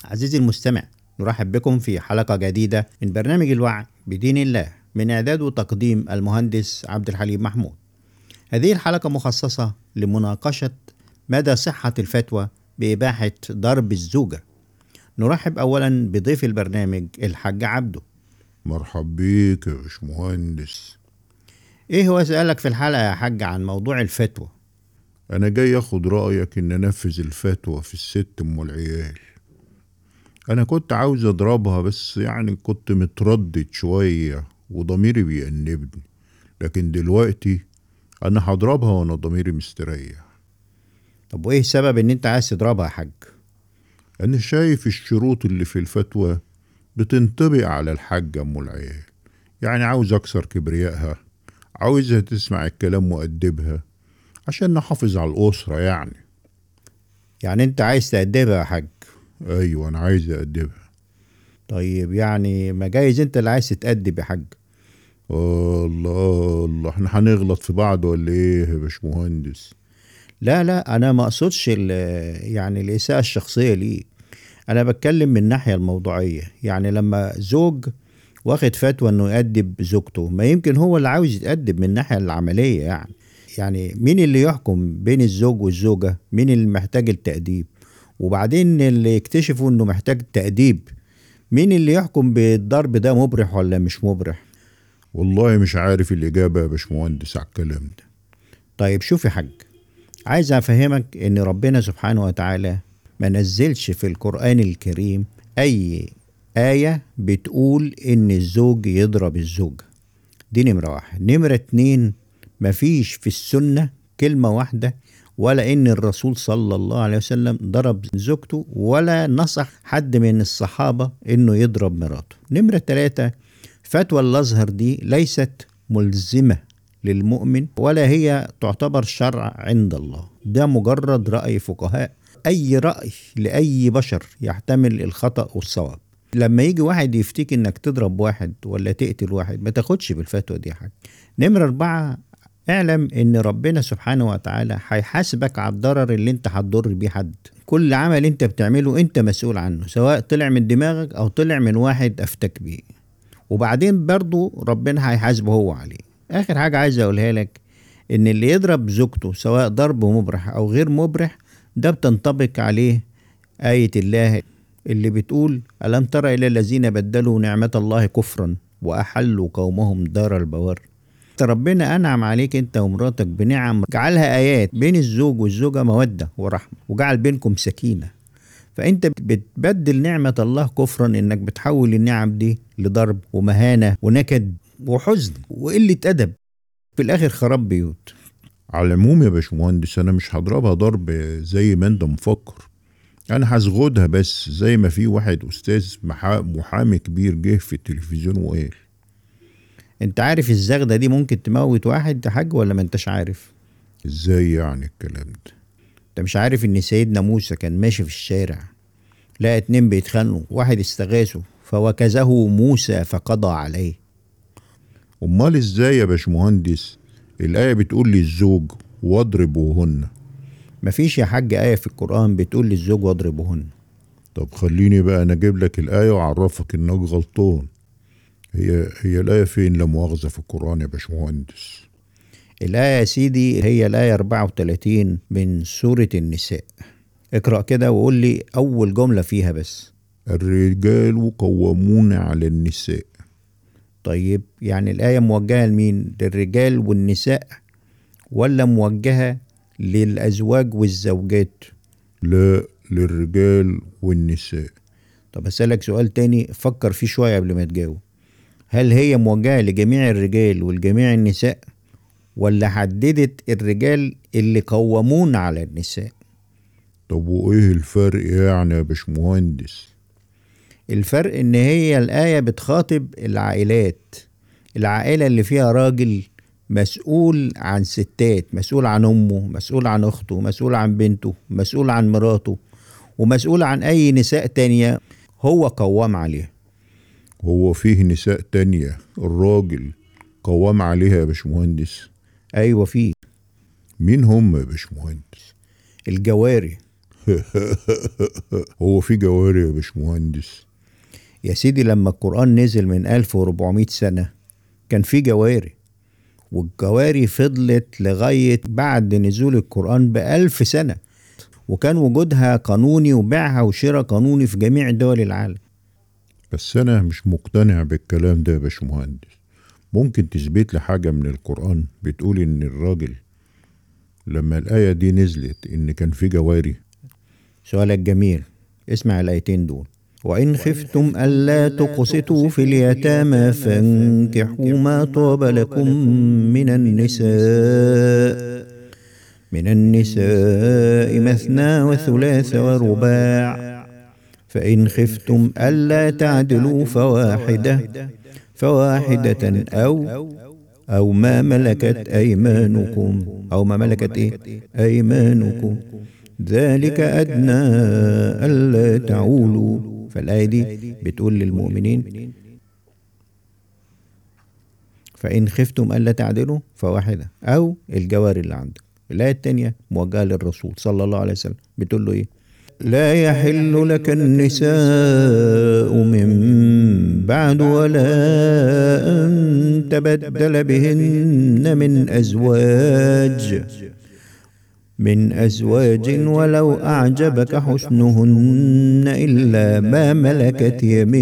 عزيزي المستمع، نرحب بكم في حلقة جديدة من برنامج الوعي بدين الله، من إعداد وتقديم المهندس عبد الحليم محمود. هذه الحلقة مخصصة لمناقشة مدى صحة الفتوى بإباحة ضرب الزوجة. نرحب أولا بضيف البرنامج الحاج عبده. مرحب بيك يا باشمهندس. إيه هو سؤالك في الحلقة يا حاج عن موضوع الفتوى؟ أنا جاي أخد رأيك إن أنفذ الفتوى في الست أم العيال. أنا كنت عاوز أضربها، بس يعني كنت متردد شوية وضميري بيأنبني، لكن دلوقتي أنا هضربها وأنا ضميري مستريح. طب وإيه سبب إن أنت عايز تضربها يا حاج؟ أنا شايف الشروط اللي في الفتوى بتنطبق على الحاجة أم العيال، يعني عاوز أكسر كبريائها، عاوزها تسمع الكلام وأدبها عشان نحافظ على الأسرة يعني أنت عايز تأدبها يا حاج؟ أيوة، أنا عايز أدبها. طيب يعني ما جايز أنت اللي عايز تتأدب يا حاج؟ الله، احنا هنغلط في بعض ولا ايه يا باشمهندس؟ لا، أنا ما أقصدش يعني الإساءة الشخصية ليه. أنا بتكلم من الناحية الموضوعية. يعني لما زوج واخد فتوى إنه يأدب زوجته، ما يمكن هو اللي عاوز يتأدب من الناحية العملية. يعني مين اللي يحكم بين الزوج والزوجة؟ مين اللي محتاج التأديب؟ وبعدين اللي يكتشفوا إنه محتاج تأديب، مين اللي يحكم بالضرب ده مبرح ولا مش مبرح؟ والله مش عارف الإجابة يا باشمهندس على الكلام ده. طيب شوف يا حاج، عايز أفهمك إن ربنا سبحانه وتعالى ما نزلش في القرآن الكريم أي آية بتقول إن الزوج يضرب الزوجة. دي نمرة واحد. نمرة اتنين، مفيش في السنة كلمة واحدة ولا إن الرسول صلى الله عليه وسلم ضرب زوجته، ولا نصح حد من الصحابة إنه يضرب مراته. نمرة تلاتة، فتوى الأزهر دي ليست ملزمة للمؤمن، ولا هي تعتبر شرع عند الله. ده مجرد رأي فقهاء. أي رأي لأي بشر يحتمل الخطأ والصواب. لما يجي واحد يفتيك انك تضرب واحد ولا تقتل واحد، ما تاخدش بالفتوى دي حاجة. نمرة 4، اعلم ان ربنا سبحانه وتعالى هيحاسبك على الضرر اللي انت هتضر بيه حد. كل عمل انت بتعمله انت مسؤول عنه، سواء طلع من دماغك او طلع من واحد افتك بيه. وبعدين برضو ربنا هيحاسبه هو عليه. اخر حاجة عايز اقولها لك، ان اللي يضرب زوجته سواء ضرب مبرح او غير مبرح، ده بتنطبق عليه آية الله اللي بتقول: ألم تر إلى الذين بدلوا نعمة الله كفرا وأحلوا قومهم دار البوار. ربنا أنعم عليك أنت ومراتك بنعم، جعلها آيات بين الزوج والزوجة، مودة ورحمة، وجعل بينكم سكينة. فأنت بتبدل نعمة الله كفرا، إنك بتحول النعم دي لضرب ومهانة ونكد وحزن وقلة أدب، في الآخر خراب بيوت. على العموم يا باشمهندس، أنا مش هضربها ضرب زي ما أنت مفكر. أنا هزغدها بس، زي ما في واحد أستاذ محامي كبير جه في التلفزيون وقال. أنت عارف الزغدة دي ممكن تموت واحد يا حاج ولا ما أنتش عارف؟ إزاي يعني الكلام ده؟ أنت مش عارف إن سيدنا موسى كان ماشي في الشارع، لقى 2 بيتخانقوا، واحد استغاثه فوكزه موسى فقضى عليه. أمال إزاي يا باشمهندس الآية بتقول لي الزوج واضربوهن؟ مفيش يا حاج آية في القرآن بتقول للزوج واضربوهن. طب خليني بقى أنا أجيب لك الآية وأعرفك إنك غلطان. هي الآية فين لا مؤاخذة في القرآن يا باشمهندس؟ الآية يا سيدي هي الآية 34 من سورة النساء. اقرأ كده وقول لي أول جملة فيها بس. الرجال قوامون على النساء. طيب يعني الآية موجهة لمين؟ للرجال والنساء ولا موجهة للأزواج والزوجات؟ لا، للرجال والنساء. طب أسألك سؤال تاني، فكر فيه شوية قبل ما تجاوب. هل هي موجهة لجميع الرجال والجميع النساء، ولا حددت الرجال اللي قوامون على النساء؟ طب وإيه الفرق يعني يا باشمهندس؟ الفرق ان هي الآية بتخاطب العائلات، العائلة اللي فيها راجل مسؤول عن ستات، مسؤول عن امه، مسؤول عن اخته، مسؤول عن بنته، مسؤول عن مراته، ومسؤول عن اي نساء تانية هو قوام عليها. هو فيه نساء تانية الراجل قوام عليها يا ايوه فيه. مين هم يا باشمهندس؟ الجواري. هو في جواري يا باشمهندس؟ يا سيدي لما القرآن نزل من 1400 سنة كان في جواري، والجواري فضلت لغاية بعد نزول القرآن ب1000 سنة، وكان وجودها قانوني وبيعها وشراء قانوني في جميع دول العالم. بس أنا مش مقتنع بالكلام ده يا باشمهندس. ممكن تثبت لي حاجة من القرآن بتقول إن الراجل لما الآية دي نزلت إن كان في جواري؟ سؤالك جميل، اسمع الآيتين دول: وإن خفتم ألا تقسطوا في اليتامى فانكحوا ما طاب لكم من النساء مثنى وثلاث ورباع، فإن خفتم ألا تعدلوا فواحدة أو ما ملكت أيمانكم ذلك أدنى ألا تعولوا. فالآية دي بتقول للمؤمنين فإن خفتم ألا تعدلوا فواحدة أو الجواري اللي عندك. الآية التانية موجهة للرسول صلى الله عليه وسلم، بتقول له إيه؟ لا يحل لك النساء من بعد ولا أن تبدل بهن من أزواج ولو أعجبك حسنهن إلا ما ملكت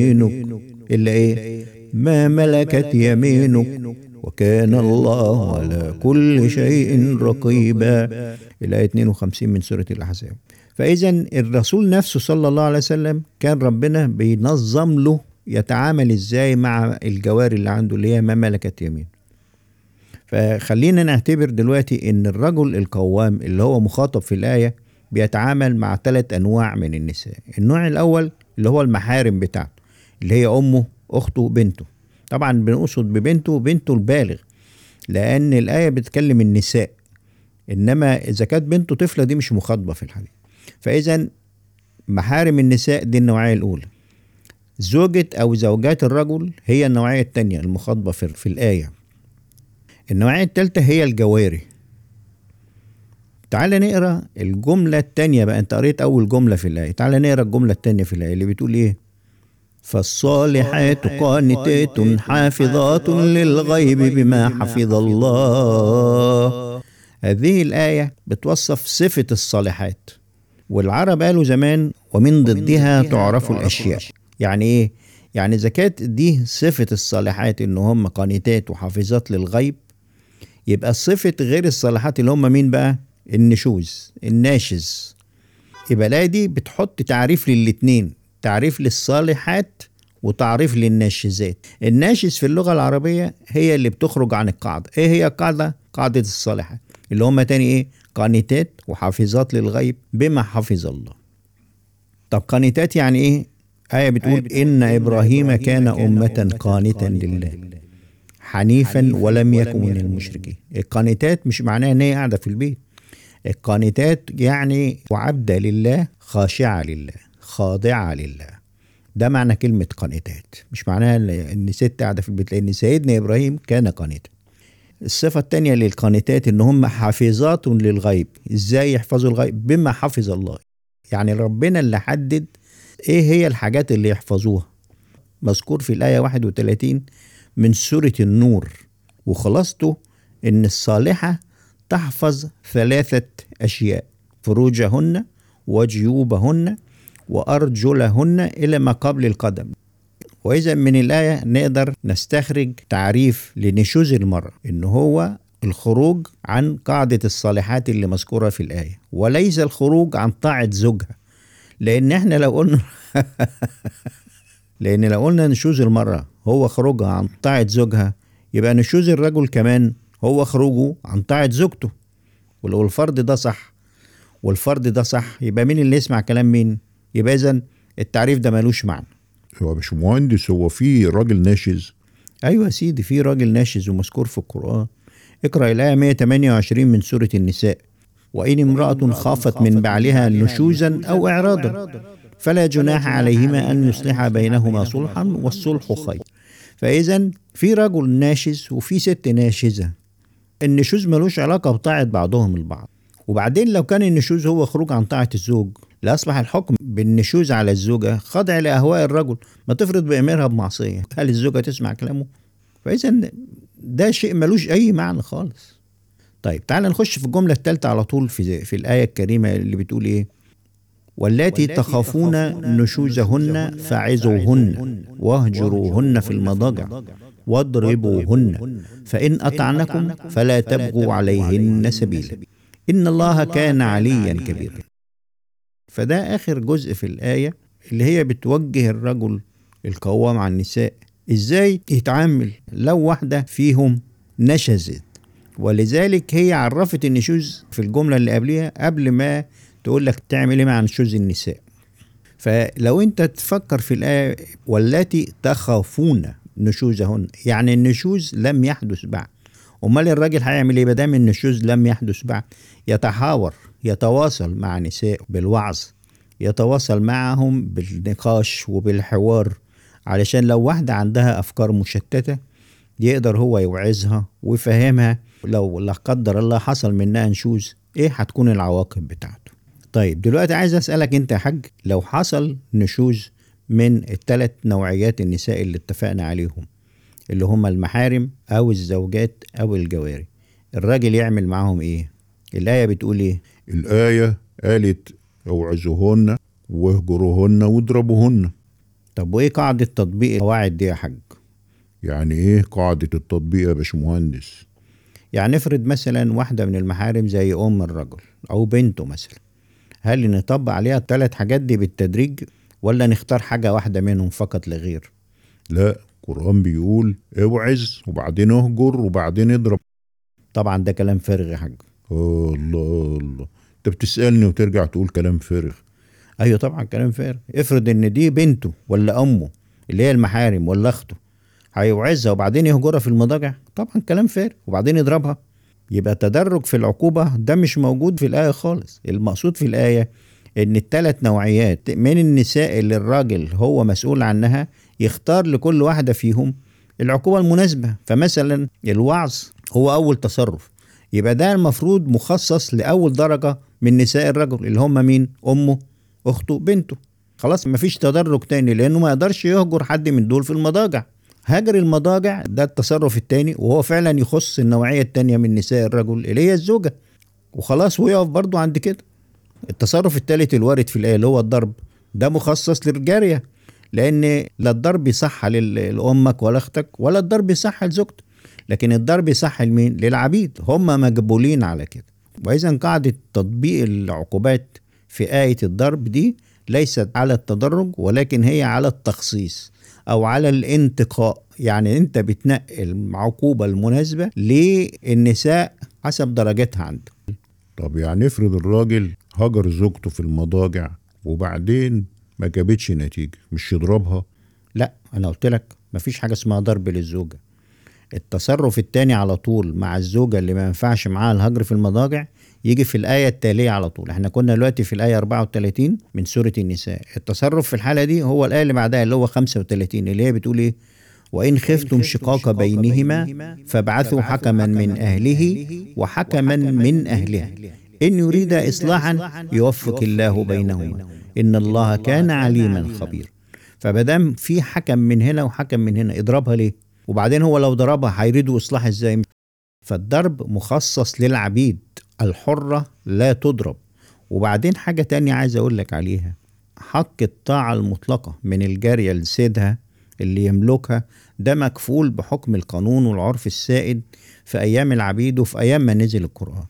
يمينك وكان الله على كل شيء رقيبا. الآية 52 من سورة الأحزاب. فإذا الرسول نفسه صلى الله عليه وسلم كان ربنا بينظم له يتعامل إزاي مع الجواري اللي عنده اللي هي ما ملكت يمين. فخلينا نعتبر دلوقتي ان الرجل القوام اللي هو مخاطب في الآية بيتعامل مع 3 أنواع من النساء. النوع الأول اللي هو المحارم بتاعته، اللي هي أمه، أخته، بنته. طبعا بنقصد بنته البالغ، لأن الآية بتكلم النساء، إنما إذا كانت بنته طفلة دي مش مخاطبة في الحديث. فإذا محارم النساء دي النوعية الأولى. زوجة أو زوجات الرجل هي النوعية الثانية المخاطبة في الآية. النوعية الثالثة هي الجواري. تعال نقرأ الجملة الثانية بقى. انت قريت أول جملة في الآية، تعال نقرأ الجملة الثانية في الآية اللي بتقول إيه؟ فالصالحات قانتات حافظات للغيب بما حفظ الله. هذه الآية بتوصف صفة الصالحات، والعرب قالوا زمان ومن ضدها تعرف الأشياء. يعني إيه؟ يعني إذا كانت دي صفة الصالحات إن هم قانتات وحافظات للغيب، يبقى صفة غير الصالحات اللي هم مين بقى؟ الناشز. يبقى الآية دي بتحط تعريف للاتنين، تعريف للصالحات وتعريف للناشزات. الناشز في اللغة العربية هي اللي بتخرج عن القاعدة. ايه هي القاعدة؟ قاعدة الصالحات اللي هم تاني ايه؟ قانتات وحافظات للغيب بما حفظ الله. طب قانتات يعني ايه؟ آية بتقول إن إبراهيم كان أمة قانتا لله حنيفا ولم يكن من المشركين. القانتات مش معناها ان هي قاعدة في البيت. القانتات يعني عبدة لله، خاشعة لله، خاضعة لله. ده معنى كلمة قانتات، مش معناها ان ست قاعدة في البيت، لان سيدنا ابراهيم كان قانتا. الصفة الثانية للقانتات ان هم حافظات للغيب. ازاي يحفظوا الغيب؟ بما حفظ الله. يعني ربنا اللي حدد ايه هي الحاجات اللي يحفظوها. مذكور في الآية 31 من سورة النور، وخلاصته ان الصالحة تحفظ 3 أشياء: فروجهن وجيوبهن وأرجلهن إلى ما قبل القدم. وإذا من الآية نقدر نستخرج تعريف لنشوز المرأة، إن هو الخروج عن قاعدة الصالحات اللي مذكورة في الآية، وليس الخروج عن طاعة زوجها. لأن احنا لو قلنا نشوز المرأة هو خروجها عن طاعة زوجها، يبقى نشوز الرجل كمان هو خروجه عن طاعة زوجته. ولو الفرد ده صح يبقى مين اللي يسمع كلام مين؟ يبقى إذن التعريف ده ملوش معنى. هو مش مهندس، هو في راجل ناشز؟ أيوة يا سيدي، في راجل ناشز ومذكور في القرآن. اقرأ الآية 128 من سورة النساء: وإن امرأة خافت من بعلها نشوزا أو إعراضا فلا جناح عليهما أن يصلحا بينهما صلحا والصلح خير. فإذا في رجل ناشز وفي ست ناشزة. النشوز ملوش علاقة بطاعة بعضهم البعض. وبعدين لو كان النشوز هو خروج عن طاعة الزوج، لأصبح الحكم بالنشوز على الزوجة خاضع لأهواء الرجل. ما تفرض بأمرها بمعصية، هل الزوجة تسمع كلامه؟ فإذا ده شيء ملوش أي معنى خالص. طيب تعال نخش في الجملة الثالثة على طول في الآية الكريمة اللي بتقول إيه؟ واللاتي تخافون نشوزهن فعظوهن واهجروهن في المضاجع واضربوهن فإن أطعنكم فلا تبغوا عليهن سبيلا إن الله كان عليا كبيرا. فده آخر جزء في الآية اللي هي بتوجه الرجل القوام على النساء إزاي يتعامل لو واحدة فيهم نشزت. ولذلك هي عرفت النشوز في الجملة اللي قبلها قبل ما تقول لك تعمل ايه مع نشوز النساء. فلو انت تفكر في الآية والتي تخافون نشوزهن، يعني النشوز لم يحدث بعد. امال الراجل هيعمل ايه بدام النشوز لم يحدث بعد؟ يتحاور، يتواصل مع نساء بالوعظ، يتواصل معهم بالنقاش وبالحوار، علشان لو واحدة عندها أفكار مشتتة يقدر هو يوعظها ويفهمها لو لا قدر الله حصل منها نشوز ايه هتكون العواقب بتاعته. طيب دلوقتي عايز أسألك انت يا حاج، لو حصل نشوز من ال3 نوعيات النساء اللي اتفقنا عليهم، اللي هم المحارم أو الزوجات أو الجواري، الراجل يعمل معاهم إيه؟ الآية بتقول إيه؟ الآية قالت اوعظوهن واهجروهن واضربوهن. طب وإيه قاعدة تطبيق القواعد دي يا حاج؟ يعني إيه قاعدة التطبيق يا باشمهندس؟ يعني افرض مثلا واحدة من المحارم زي أم الرجل أو بنته مثلا، هل نطبق عليها ال3 حاجات دي بالتدريج ولا نختار حاجة واحدة منهم فقط لغير؟ لا، القرآن بيقول اوعظ وبعدين اهجر وبعدين اضرب. طبعا ده كلام فارغ يا حاج. الله الله، انت بتسألني وترجع تقول كلام فارغ. ايوه طبعا كلام فارغ. افرض ان دي بنته ولا امه اللي هي المحارم ولا اخته، هيوعظها وبعدين يهجرها في المضاجع؟ طبعا كلام فارغ. وبعدين يضربها؟ يبقى تدرج في العقوبة ده مش موجود في الآية خالص. المقصود في الآية ان ال3 نوعيات من النساء اللي الراجل هو مسؤول عنها يختار لكل واحدة فيهم العقوبة المناسبة. فمثلا الوعظ هو أول تصرف، يبقى ده المفروض مخصص لأول درجة من نساء الرجل اللي هم مين؟ أمه، أخته، بنته. خلاص مفيش تدرج تاني، لأنه ما يقدرش يهجر حد من دول في المضاجع. هجر المضاجع ده التصرف التاني، وهو فعلا يخص النوعية التانية من نساء الرجل اللي هي الزوجة، وخلاص ويقف برضو عند كده. التصرف الثالث الوارد في الآية اللي هو الضرب، ده مخصص للجارية، لأن لا الضرب يصح لأمك ولا أختك ولا الضرب يصح لزوجتك، لكن الضرب يصح لمين؟ للعبيد، هم مجبولين على كده. وإذا قاعدة تطبيق العقوبات في آية الضرب دي ليست على التدرج، ولكن هي على التخصيص أو على الانتقاء. يعني أنت بتنقي العقوبة المناسبة للنساء حسب درجتها عندك. طب يعني افرض الراجل هجر زوجته في المضاجع وبعدين ما جابتش نتيجة، مش يضربها؟ لا، أنا قلت لك مفيش حاجة اسمها ضرب للزوجة. التصرف التاني على طول مع الزوجة اللي ما ينفعش معاها الهجر في المضاجع يجي في الآية التالية على طول. احنا كنا دلوقتي في الآية 34 من سورة النساء. التصرف في الحالة دي هو الآية اللي بعدها اللي هو 35 اللي هي بتقول ايه؟ وإن خفتم شقاق بينهما فابعثوا حكما من أهله وحكما من أهلها إن يريد إصلاحا يوفق الله بينهما إن الله كان عليما خبيرا. فمادام في حكم من هنا وحكم من هنا، اضربها ليه؟ وبعدين هو لو ضربها هيريدوا إصلاح ازاي؟ فالضرب مخصص للعبيد، الحرة لا تضرب. وبعدين حاجة تانية عايز أقول لك عليها، حق الطاعة المطلقة من الجارية لسيدها اللي يملكها ده مكفول بحكم القانون والعرف السائد في أيام العبيد وفي أيام ما نزل القرآن.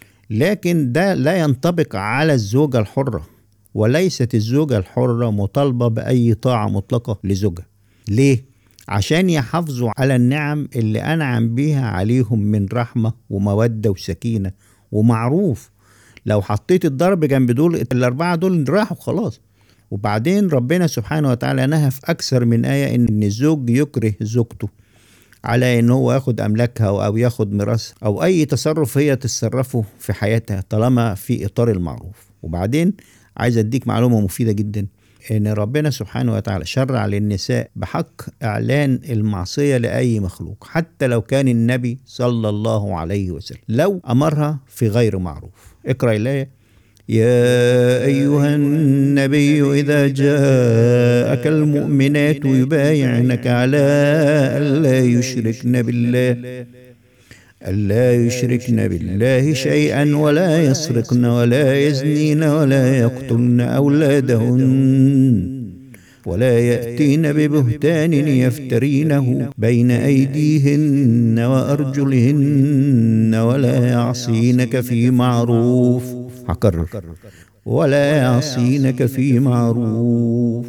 لكن ده لا ينطبق على الزوجة الحرة، وليست الزوجة الحرة مطالبة بأي طاعة مطلقة لزوجها. ليه؟ عشان يحافظوا على النعم اللي أنعم بيها عليهم من رحمة ومودة وسكينة ومعروف. لو حطيت الضرب جنب دول ال4 دول راحوا خلاص. وبعدين ربنا سبحانه وتعالى نهى في أكثر من آية إن الزوج يكره زوجته على إن هو ياخد أملاكها أو ياخد ميراثها أو أي تصرف هي تتصرفه في حياتها طالما في إطار المعروف. وبعدين عايز أديك معلومة مفيدة جدا، إن ربنا سبحانه وتعالى شرع للنساء بحق إعلان المعصية لأي مخلوق، حتى لو كان النبي صلى الله عليه وسلم لو أمرها في غير معروف. اقرأ الآية يا أيها النبي إذا جاءك المؤمنات يبايعنك على ألا يشركن بالله شيئا ولا يسرقن ولا يزنين ولا يقتلن أولادهن ولا يأتين ببهتان يفترينه بين أيديهن وأرجلهن ولا يعصينك في معروف ولا يعصينك في معروف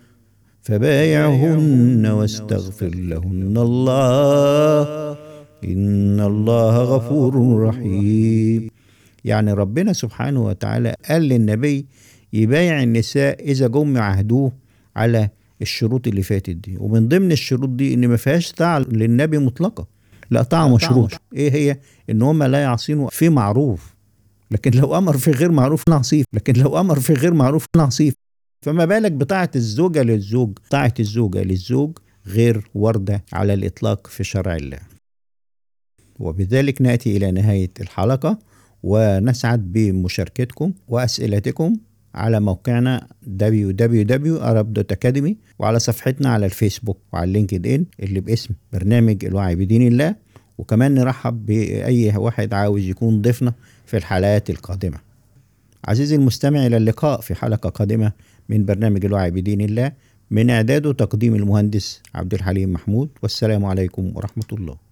فبايعهن واستغفر لهن الله إن الله غفور رحيم. يعني ربنا سبحانه وتعالى قال للنبي يبايع النساء إذا جم عهدوه على الشروط اللي فاتت دي، ومن ضمن الشروط دي ان ما فيهاش طاعه للنبي مطلقه، لا طاعه مشروط. ايه هي؟ ان هم لا يعصينوا في معروف، لكن لو امر في غير معروف نعصيه. فما بالك بطاعه الزوجه للزوج؟ طاعه الزوجه للزوج غير وارده على الاطلاق في شرع الله. وبذلك ناتي الى نهايه الحلقه، ونسعد بمشاركتكم واسئلتكم على موقعنا www.arab.academy، وعلى صفحتنا على الفيسبوك وعلى اللينكد إن اللي باسم برنامج الوعي بدين الله. وكمان نرحب بأي واحد عاوز يكون ضيفنا في الحلقات القادمة. عزيزي المستمع، إلى اللقاء في حلقة قادمة من برنامج الوعي بدين الله، من إعداد وتقديم المهندس عبد الحليم محمود، والسلام عليكم ورحمة الله.